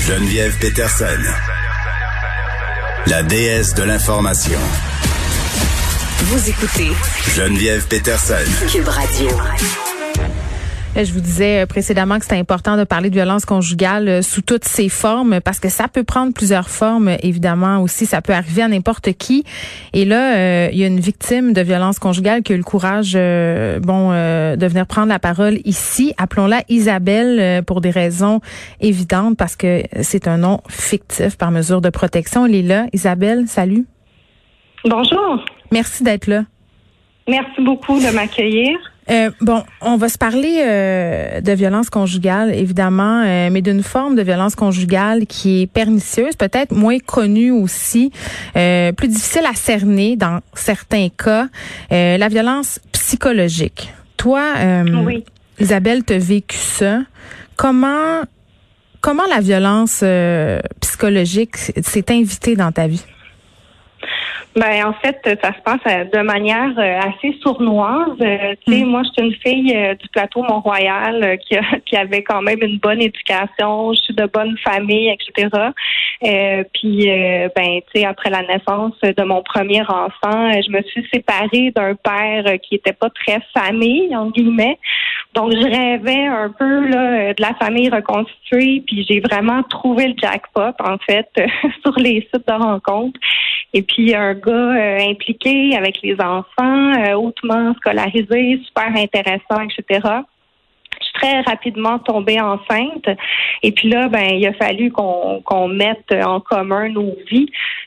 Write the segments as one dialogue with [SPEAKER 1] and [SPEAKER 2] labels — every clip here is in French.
[SPEAKER 1] Geneviève Peterson, la déesse de l'information.
[SPEAKER 2] Vous écoutez
[SPEAKER 1] Geneviève Peterson,
[SPEAKER 2] Cube Radio.
[SPEAKER 3] Je vous disais précédemment que c'était important de parler de violence conjugale sous toutes ses formes parce que ça peut prendre plusieurs formes. Évidemment aussi, ça peut arriver à n'importe qui. Et là, il y a une victime de violence conjugale qui a eu le courage de venir prendre la parole ici. Appelons-la Isabelle pour des raisons évidentes parce que c'est un nom fictif par mesure de protection. Elle est là. Isabelle, salut.
[SPEAKER 4] Bonjour.
[SPEAKER 3] Merci d'être là.
[SPEAKER 4] Merci beaucoup de m'accueillir.
[SPEAKER 3] On va se parler de violence conjugale, évidemment, mais d'une forme de violence conjugale qui est pernicieuse, peut-être moins connue aussi, plus difficile à cerner dans certains cas, la violence psychologique. Toi,
[SPEAKER 4] Oui.
[SPEAKER 3] Isabelle, t'as vécu ça. Comment la violence psychologique s'est invitée dans ta vie?
[SPEAKER 4] Ben en fait, ça se passe de manière assez sournoise. Tu sais, moi, je suis une fille du plateau Mont-Royal qui avait quand même une bonne éducation. Je suis de bonne famille, etc. Puis, tu sais, après la naissance de mon premier enfant, je me suis séparée d'un père qui était pas très famille, en guillemets. Donc, je rêvais un peu là de la famille reconstituée. Puis, j'ai vraiment trouvé le jackpot, en fait, sur les sites de rencontres. Et puis, un gars impliqué avec les enfants, hautement scolarisé, super intéressant, etc. Je suis très rapidement tombée enceinte. Et puis là, il a fallu qu'on mette en commun nos vies.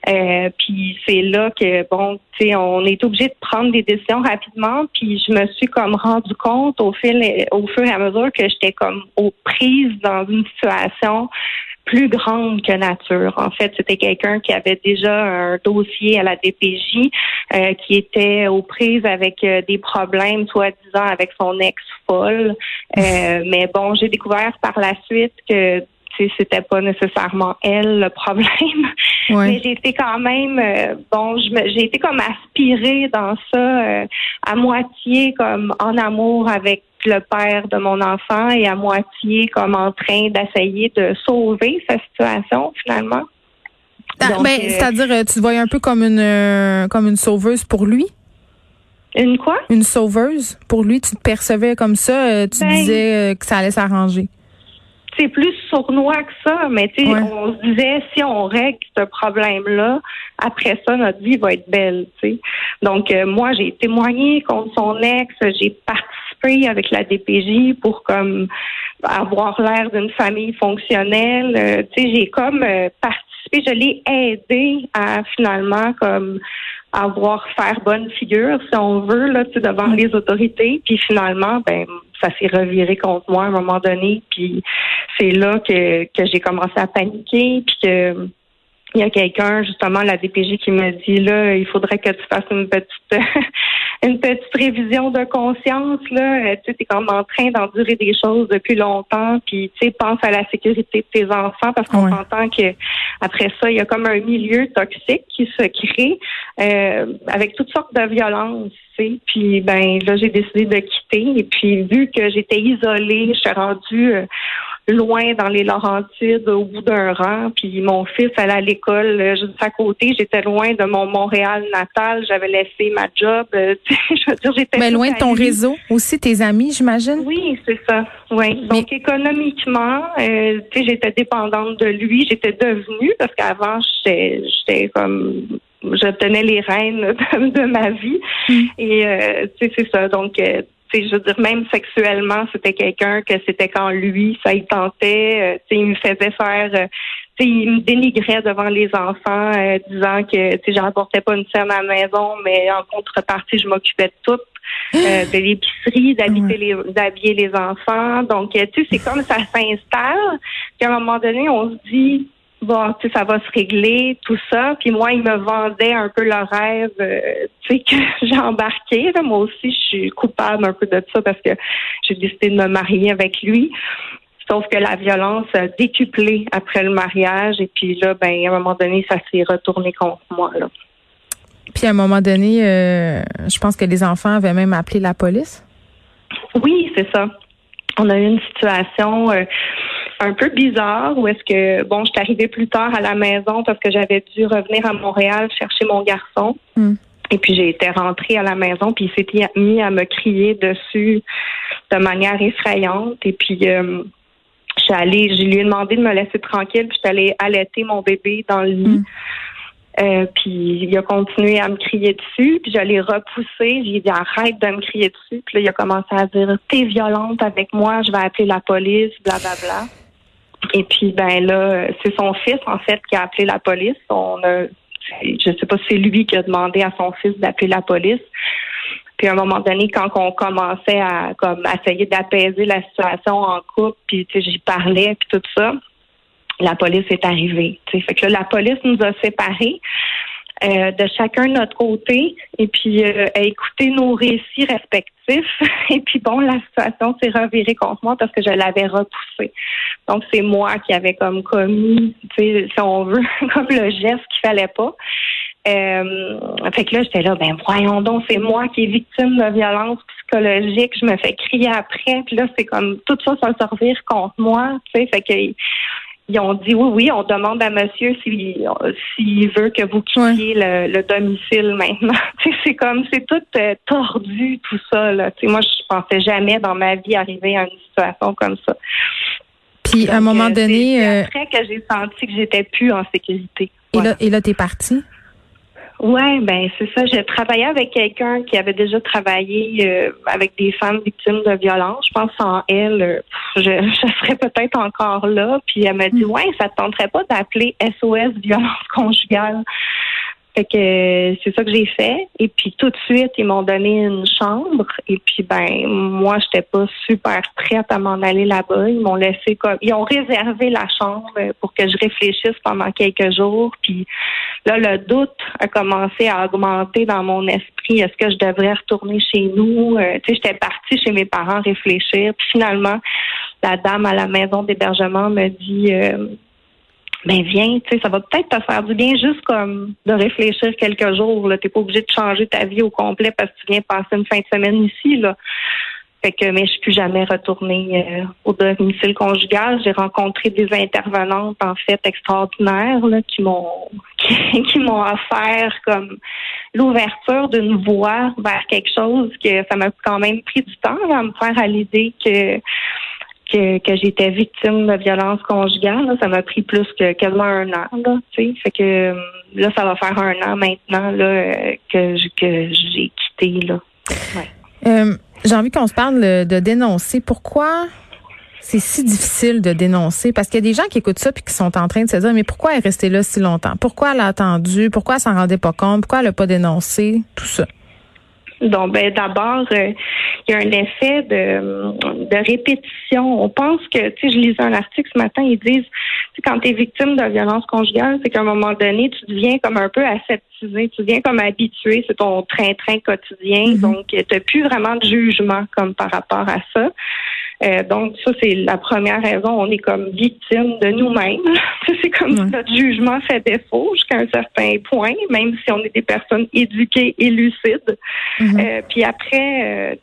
[SPEAKER 4] Puis c'est là que, on est obligé de prendre des décisions rapidement. Puis je me suis comme rendu compte au fur et à mesure que j'étais comme aux prises dans une situation plus grande que nature. En fait, c'était quelqu'un qui avait déjà un dossier à la DPJ, qui était aux prises avec des problèmes, soi-disant, avec son ex-folle. Mais bon, j'ai découvert par la suite que c'était pas nécessairement elle le problème.
[SPEAKER 3] Ouais.
[SPEAKER 4] Mais j'ai été quand même j'ai été comme aspirée dans ça à moitié comme en amour avec le père de mon enfant et à moitié comme en train d'essayer de sauver sa situation finalement. Donc,
[SPEAKER 3] c'est-à-dire tu te voyais un peu comme une sauveuse pour lui?
[SPEAKER 4] Une quoi?
[SPEAKER 3] Une sauveuse pour lui, tu te percevais comme ça, tu disais que ça allait s'arranger.
[SPEAKER 4] C'est plus sournois que ça, mais tu sais,
[SPEAKER 3] Ouais.
[SPEAKER 4] on se disait si on règle ce problème-là, après ça, notre vie va être belle, tu sais. Donc, moi, j'ai témoigné contre son ex, j'ai participé avec la DPJ pour comme avoir l'air d'une famille fonctionnelle. Tu sais, j'ai comme participé, je l'ai aidé à finalement comme faire bonne figure, si on veut, là, tu sais, devant les autorités. Puis finalement, ça s'est reviré contre moi à un moment donné. Puis c'est là que j'ai commencé à paniquer. Puis que il y a quelqu'un, justement, la DPJ, qui me dit là, il faudrait que tu fasses une petite révision de conscience, là. Tu sais, t'es comme en train d'endurer des choses depuis longtemps, puis tu sais, pense à la sécurité de tes enfants, parce qu'on s'entend que après ça, il y a comme un milieu toxique qui se crée avec toutes sortes de violences. Puis là, j'ai décidé de quitter. Et puis vu que j'étais isolée, je suis rendue loin dans les Laurentides, au bout d'un rang. Puis mon fils allait à l'école juste à côté. J'étais loin de mon Montréal natal. J'avais laissé ma job. Je veux dire, j'étais
[SPEAKER 3] loin de ton réseau aussi, tes amis, j'imagine?
[SPEAKER 4] Oui, c'est ça. Oui. Donc économiquement, j'étais dépendante de lui. J'étais devenue, parce qu'avant, j'étais comme... Je tenais les rênes de ma vie. Et c'est ça. Donc, je veux dire, même sexuellement, c'était quelqu'un que c'était quand lui, ça y tentait. Il me faisait faire... il me dénigrait devant les enfants, disant que j'apportais pas une scène à la maison, mais en contrepartie, je m'occupais de tout. De l'épicerie, d'habiller les enfants. Donc, c'est comme ça s'installe. Puis à un moment donné, on se dit... ça va se régler, tout ça. Puis moi, il me vendait un peu le rêve, que j'ai embarqué. Là. Moi aussi, je suis coupable un peu de ça parce que j'ai décidé de me marier avec lui. Sauf que la violence a décuplé après le mariage. Et puis là, à un moment donné, ça s'est retourné contre moi, là.
[SPEAKER 3] Puis à un moment donné, je pense que les enfants avaient même appelé la police.
[SPEAKER 4] Oui, c'est ça. On a eu une situation un peu bizarre où est-ce que, bon, je suis arrivée plus tard à la maison parce que j'avais dû revenir à Montréal chercher mon garçon. Et puis, j'ai été rentrée à la maison, puis il s'était mis à me crier dessus de manière effrayante. Et puis, je lui ai demandé de me laisser tranquille, puis je suis allée allaiter mon bébé dans le lit. Puis il a continué à me crier dessus, puis je l'ai repoussé, j'ai dit arrête de me crier dessus, puis là il a commencé à dire t'es violente avec moi, je vais appeler la police, blablabla. Et puis ben là c'est son fils en fait qui a appelé la police. Je sais pas si c'est lui qui a demandé à son fils d'appeler la police. Puis à un moment donné, quand on commençait à comme essayer d'apaiser la situation en couple, puis j'y parlais puis tout ça, la police est arrivée. Fait que là, la police nous a séparés de chacun de notre côté et puis a écouté nos récits respectifs. Et puis bon, la situation s'est revirée contre moi parce que je l'avais repoussé. Donc c'est moi qui avais comme commis, si on veut, comme le geste qu'il fallait pas. Fait que là, j'étais là, ben voyons donc, c'est moi qui est victime de violence psychologique. Je me fais crier après. Puis là, c'est comme tout ça se revire contre moi. Fait que ils ont dit oui, on demande à monsieur s'il veut que vous quittiez le domicile maintenant. C'est tout tordu, tout ça. Là. Moi, je pensais jamais dans ma vie arriver à une situation comme ça.
[SPEAKER 3] Puis, à un moment donné...
[SPEAKER 4] C'est après que j'ai senti que j'étais plus en sécurité.
[SPEAKER 3] Et là, t'es partie?
[SPEAKER 4] Ouais, ben c'est ça. J'ai travaillé avec quelqu'un qui avait déjà travaillé avec des femmes victimes de violence. Je pense sans elle, je serais peut-être encore là. Puis elle m'a dit ouais, ça te tenterait pas d'appeler SOS violence conjugale. Fait que c'est ça que j'ai fait. Et puis tout de suite, ils m'ont donné une chambre. Et puis ben moi, j'étais pas super prête à m'en aller là-bas. Ils m'ont laissé ils ont réservé la chambre pour que je réfléchisse pendant quelques jours. Puis là, le doute a commencé à augmenter dans mon esprit. Est-ce que je devrais retourner chez nous? J'étais partie chez mes parents réfléchir. Puis finalement, la dame à la maison d'hébergement me dit ben viens, ça va peut-être te faire du bien juste comme de réfléchir quelques jours. Là, t'es pas obligé de changer ta vie au complet parce que tu viens passer une fin de semaine ici. Là. Fait que mais je suis plus jamais retournée au domicile conjugal. J'ai rencontré des intervenantes en fait extraordinaires là, qui m'ont offert comme l'ouverture d'une voie vers quelque chose que ça m'a quand même pris du temps là, à me faire à l'idée que j'étais victime de violence conjugale. Là. Ça m'a pris plus que quasiment un an. Là, fait que là, ça va faire un an maintenant là, que j'ai quitté. Là. Ouais.
[SPEAKER 3] J'ai envie qu'on se parle de dénoncer. Pourquoi c'est si difficile de dénoncer? Parce qu'il y a des gens qui écoutent ça et qui sont en train de se dire mais pourquoi elle est restée là si longtemps? Pourquoi elle a attendu? Pourquoi elle s'en rendait pas compte? Pourquoi elle n'a pas dénoncé? Tout ça.
[SPEAKER 4] Donc, d'abord, il y a un effet de répétition. On pense que, je lisais un article ce matin, ils disent, quand tu es victime de violence conjugale, c'est qu'à un moment donné, tu deviens comme un peu aseptisé, tu deviens comme habitué, c'est ton train-train quotidien. Donc, tu n'as plus vraiment de jugement comme par rapport à ça. Donc, ça, c'est la première raison. On est comme victime de nous-mêmes. C'est comme si notre jugement fait défaut jusqu'à un certain point, même si on est des personnes éduquées et lucides. Puis après,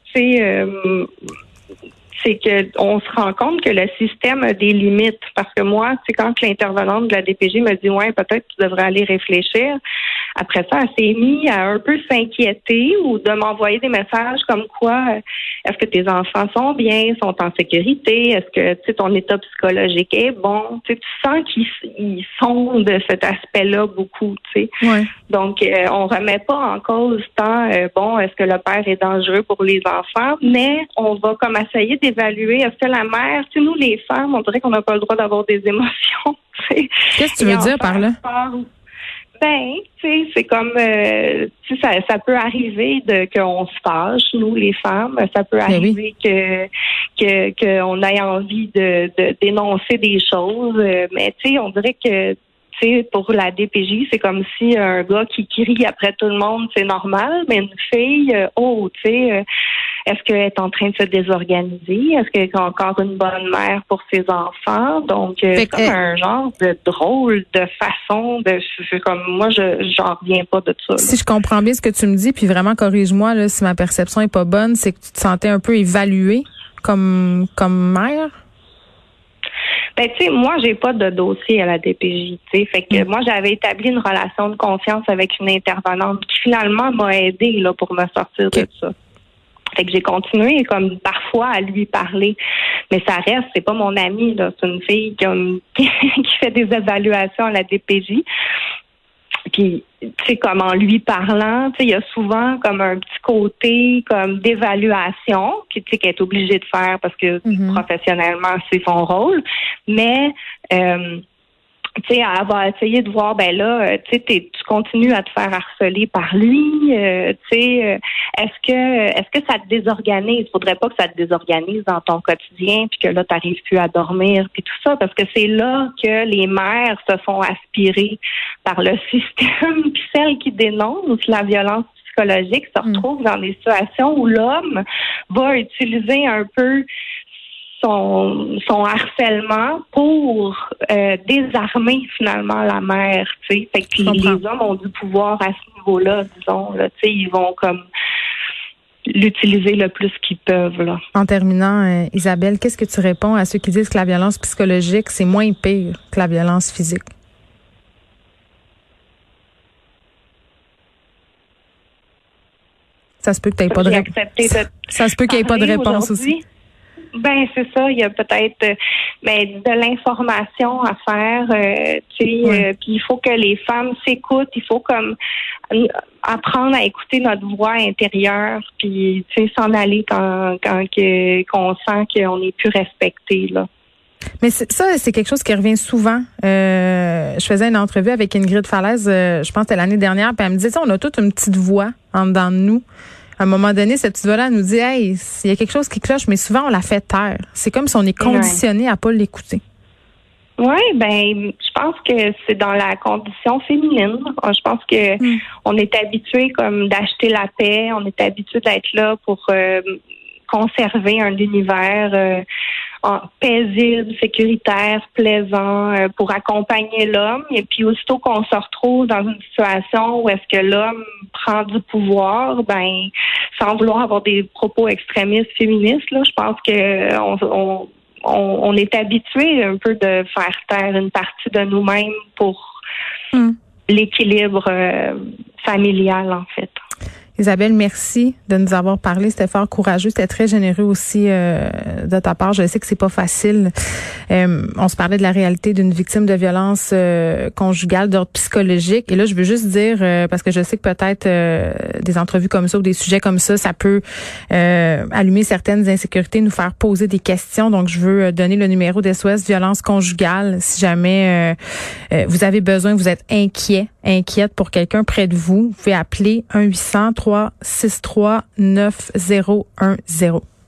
[SPEAKER 4] c'est que on se rend compte que le système a des limites. Parce que moi, c'est quand l'intervenante de la DPJ me dit ouais, peut-être que tu devrais aller réfléchir. Après ça, elle s'est mise à un peu s'inquiéter ou de m'envoyer des messages comme quoi est-ce que tes enfants sont bien, sont en sécurité, est-ce que ton état psychologique est bon. Tu sens qu'ils sont de cet aspect-là beaucoup.
[SPEAKER 3] Ouais.
[SPEAKER 4] Donc, on remet pas en cause tant est-ce que le père est dangereux pour les enfants, mais on va comme essayer d'évaluer est-ce que la mère, nous les femmes, on dirait qu'on n'a pas le droit d'avoir des émotions.
[SPEAKER 3] Qu'est-ce que tu veux dire par là?
[SPEAKER 4] Ben, c'est comme ça peut arriver qu'on se fâche, nous les femmes, ça peut arriver que on ait envie de dénoncer des choses, mais on dirait que pour la DPJ, c'est comme si un gars qui crie après tout le monde, c'est normal, mais une fille, est-ce qu'elle est en train de se désorganiser? Est-ce qu'elle est encore une bonne mère pour ses enfants? Donc, c'est comme un genre de drôle de façon de... C'est comme, moi, j'en reviens pas de ça. Là.
[SPEAKER 3] Si je comprends bien ce que tu me dis, puis vraiment, corrige-moi là, si ma perception est pas bonne, c'est que tu te sentais un peu évaluée comme mère?
[SPEAKER 4] Ben, tu sais, moi, j'ai pas de dossier à la DPJ, tu sais. Fait que moi, j'avais établi une relation de confiance avec une intervenante qui finalement m'a aidée, là, pour me sortir de ça. Fait que j'ai continué, comme, parfois, à lui parler. Mais ça reste, c'est pas mon amie, là. C'est une fille qui fait des évaluations à la DPJ. Puis, tu sais, comme en lui parlant, tu sais, il y a souvent comme un petit côté comme d'évaluation tu sais, qu'elle est obligée de faire parce que professionnellement, c'est son rôle. Mais, tu sais, elle va essayer de voir, ben là, tu sais, tu continues à te faire harceler par lui, tu sais, est-ce que ça te désorganise? Il faudrait pas que ça te désorganise dans ton quotidien puis que là, tu n'arrives plus à dormir puis tout ça, parce que c'est là que les mères se font aspirer par le système, puis celles qui dénoncent la violence psychologique se retrouvent dans des situations où l'homme va utiliser un peu son harcèlement pour désarmer finalement la mère, tu sais. Fait que les hommes ont du pouvoir à ce niveau-là, disons, là, tu sais, ils vont comme l'utiliser le plus qu'ils peuvent, là.
[SPEAKER 3] En terminant, Isabelle, qu'est-ce que tu réponds à ceux qui disent que la violence psychologique, c'est moins pire que la violence physique? Ça se peut que tu n'aies pas de réponse. Ça se peut qu'il n'y ait pas de réponse aussi.
[SPEAKER 4] Ben c'est ça, il y a peut-être de l'information à faire, tu sais, puis il faut que les femmes s'écoutent, il faut comme apprendre à écouter notre voix intérieure, puis tu sais s'en aller quand qu'on sent qu'on n'est plus respecté là.
[SPEAKER 3] Mais ça, c'est quelque chose qui revient souvent. Je faisais une entrevue avec Ingrid Falaise, je pense que c'était l'année dernière, puis elle me disait, on a toute une petite voix en dedans de nous. À un moment donné, cette petite voix-là nous dit, hey, il y a quelque chose qui cloche, mais souvent on la fait taire. C'est comme si on est conditionné à pas l'écouter.
[SPEAKER 4] Oui, ben, je pense que c'est dans la condition féminine. Je pense que on est habitué comme d'acheter la paix, on est habitué d'être là pour conserver un univers paisible, sécuritaire, plaisant, pour accompagner l'homme. Et puis aussitôt qu'on se retrouve dans une situation où est-ce que l'homme prend du pouvoir, ben sans vouloir avoir des propos extrémistes féministes, là, je pense que on est habitué un peu de faire taire une partie de nous-mêmes pour l'équilibre familial, en fait.
[SPEAKER 3] Isabelle, merci de nous avoir parlé. C'était fort courageux. C'était très généreux aussi de ta part. Je sais que c'est pas facile. On se parlait de la réalité d'une victime de violence conjugale d'ordre psychologique. Et là, je veux juste dire, parce que je sais que peut-être des entrevues comme ça ou des sujets comme ça peut allumer certaines insécurités, nous faire poser des questions. Donc, je veux donner le numéro d'SOS Violence conjugale si jamais vous avez besoin, vous êtes inquiète pour quelqu'un près de vous. Vous pouvez appeler 1-800-363-9010.